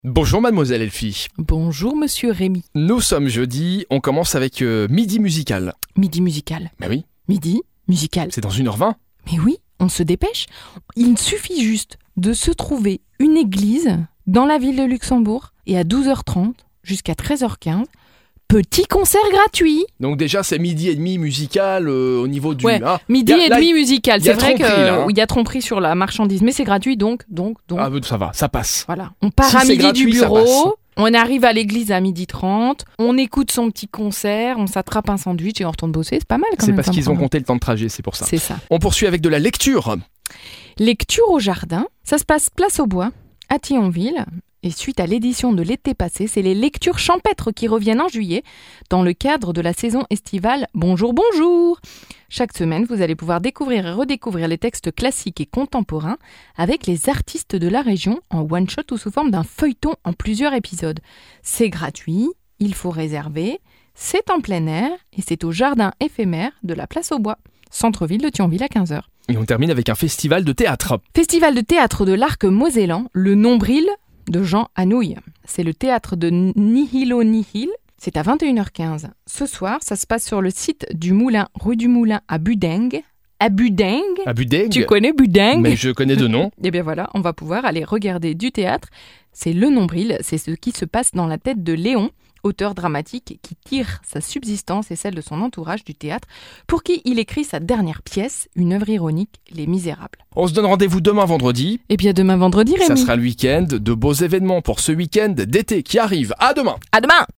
Bonjour mademoiselle Elfie. Bonjour monsieur Rémi. Nous sommes jeudi, on commence avec Midi Musical. Midi musical. Ben oui, Midi musical. c'est dans 1h20. Mais oui, on se dépêche. Il suffit juste de se trouver une église dans la ville de Luxembourg et à 12h30 jusqu'à 13h15, petit concert gratuit. Donc déjà c'est midi et demi musical au niveau du... Ouais, Ah, midi et demi musical. y a C'est vrai tromperie, là, hein. qu'il y a tromperie sur la marchandise, mais c'est gratuit donc. Ah ça va, ça passe. Voilà, on part Si à c'est midi gratuit, du ça passe. bureau, on arrive à l'église à 12h30, on écoute son petit concert, on s'attrape un sandwich et on retourne bosser. C'est pas mal quand C'est même. parce ça me qu'ils ont semble. compté le temps de trajet, c'est pour ça. C'est ça. On poursuit avec de la lecture. Lecture au jardin, ça se passe place au bois, à Thionville. Et suite à l'édition de l'été passé, c'est les lectures champêtres qui reviennent en juillet dans le cadre de la saison estivale Bonjour, bonjour. Chaque semaine, vous allez pouvoir découvrir et redécouvrir les textes classiques et contemporains avec les artistes de la région en one-shot ou sous forme d'un feuilleton en plusieurs épisodes. C'est gratuit, il faut réserver, c'est en plein air et c'est au jardin éphémère de la place au bois, centre-ville de Thionville à 15h. Et on termine avec un festival de théâtre. Festival de théâtre de l'Arc Mosellan, le Nombril de Jean Anouilh. C'est le théâtre de Nihilo Nihil. C'est à 21h15. Ce soir, ça se passe sur le site du Moulin, rue du Moulin à Budeng. À Budeng. À Budeng. Tu connais Budeng? Mais je connais de nom. Eh bien voilà, on va pouvoir aller regarder du théâtre. C'est le Nombril, c'est ce qui se passe dans la tête de Léon, auteur dramatique qui tire sa subsistance et celle de son entourage du théâtre, pour qui il écrit sa dernière pièce, une œuvre ironique, Les Misérables. On se donne rendez-vous demain vendredi. Eh bien demain vendredi, Rémi. Ça sera le week-end. De beaux événements pour ce week-end d'été qui arrive. À demain. À demain!